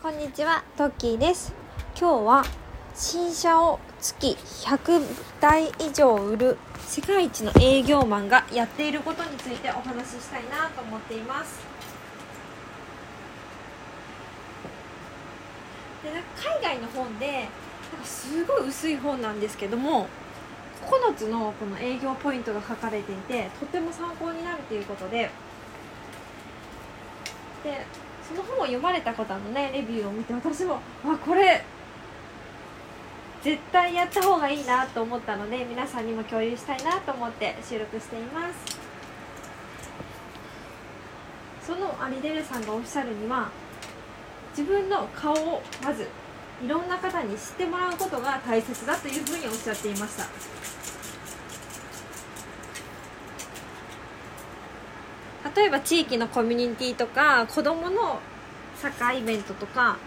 こんにちは、トッキーです。今日は新車を月100台以上売る世界一の営業マンがやっていることについてお話ししたいなと思っています。で、海外の本ですごい薄い本なんですけども、9つのこの営業ポイントが書かれていて、とても参考になるということで、その本を読まれた方のねレビューを見て、私もこれ絶対やった方がいいなと思ったので、皆さんにも共有したいなと思って収録しています。そのアリデレさんがおっしゃるには、自分の顔をまずいろんな方に知ってもらうことが大切だというふうにおっしゃっていました。例えば地域のコミュニティとか子どものサッカーイベントとか、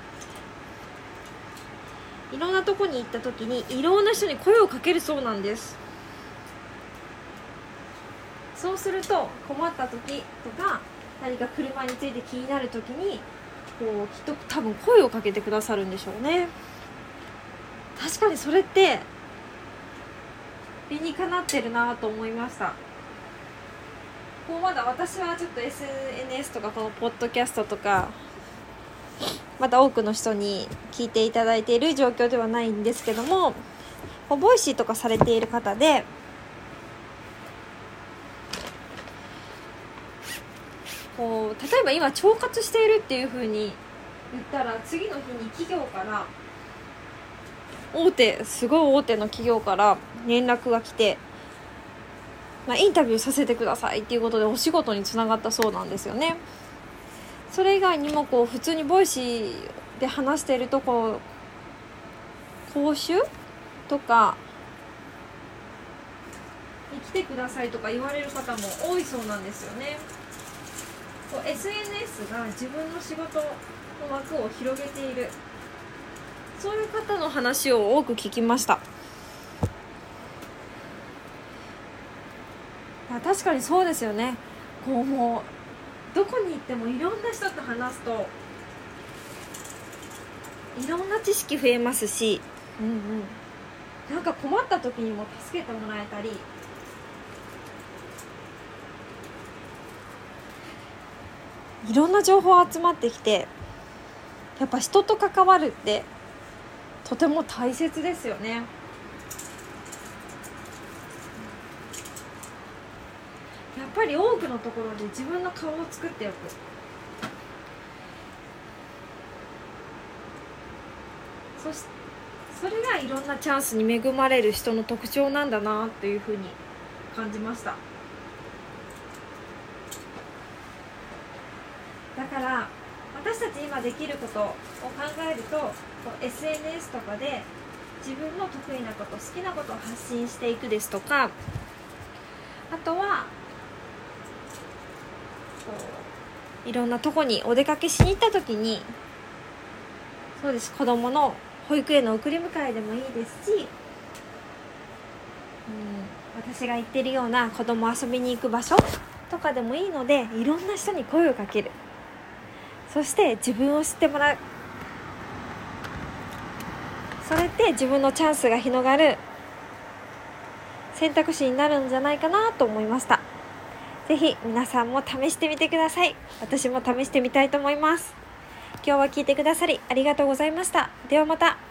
いろんなとこに行った時にいろんな人に声をかけるそうなんです。そうすると困った時とか、何か車について気になる時にきっと多分声をかけてくださるんでしょうね。確かにそれって理にかなってるなと思いました。まだ私はちょっと SNS とかこのポッドキャストとかまだ多くの人に聞いていただいている状況ではないんですけども、ボイシーとかされている方で、例えば今腸活しているっていう風に言ったら、次の日に企業からすごい大手の企業から連絡が来て、インタビューさせてくださいっていうことでお仕事につながったそうなんですよね。それ以外にも普通にボイシーで話していると講習とかに来てくださいとか言われる方も多いそうなんですよね。SNS が自分の仕事の枠を広げている、そういう方の話を多く聞きました。確かにそうですよね。もうどこに行ってもいろんな人と話すといろんな知識増えますし、なんか困った時にも助けてもらえたり、いろんな情報集まってきて、やっぱ人と関わるってとても大切ですよね。やっぱり多くのところで自分の顔を作っておく、それがいろんなチャンスに恵まれる人の特徴なんだなというふうに感じました。だから私たち今できることを考えると、SNS とかで自分の得意なこと、好きなことを発信していくですとか、あとはいろんなとこにお出かけしに行った時に、子供の保育園の送り迎えでもいいですし、私が行ってるような子供遊びに行く場所とかでもいいので、いろんな人に声をかける、そして自分を知ってもらう、それって自分のチャンスが広がる選択肢になるんじゃないかなと思いました。ぜひ皆さんも試してみてください。私も試してみたいと思います。今日は聞いてくださりありがとうございました。ではまた。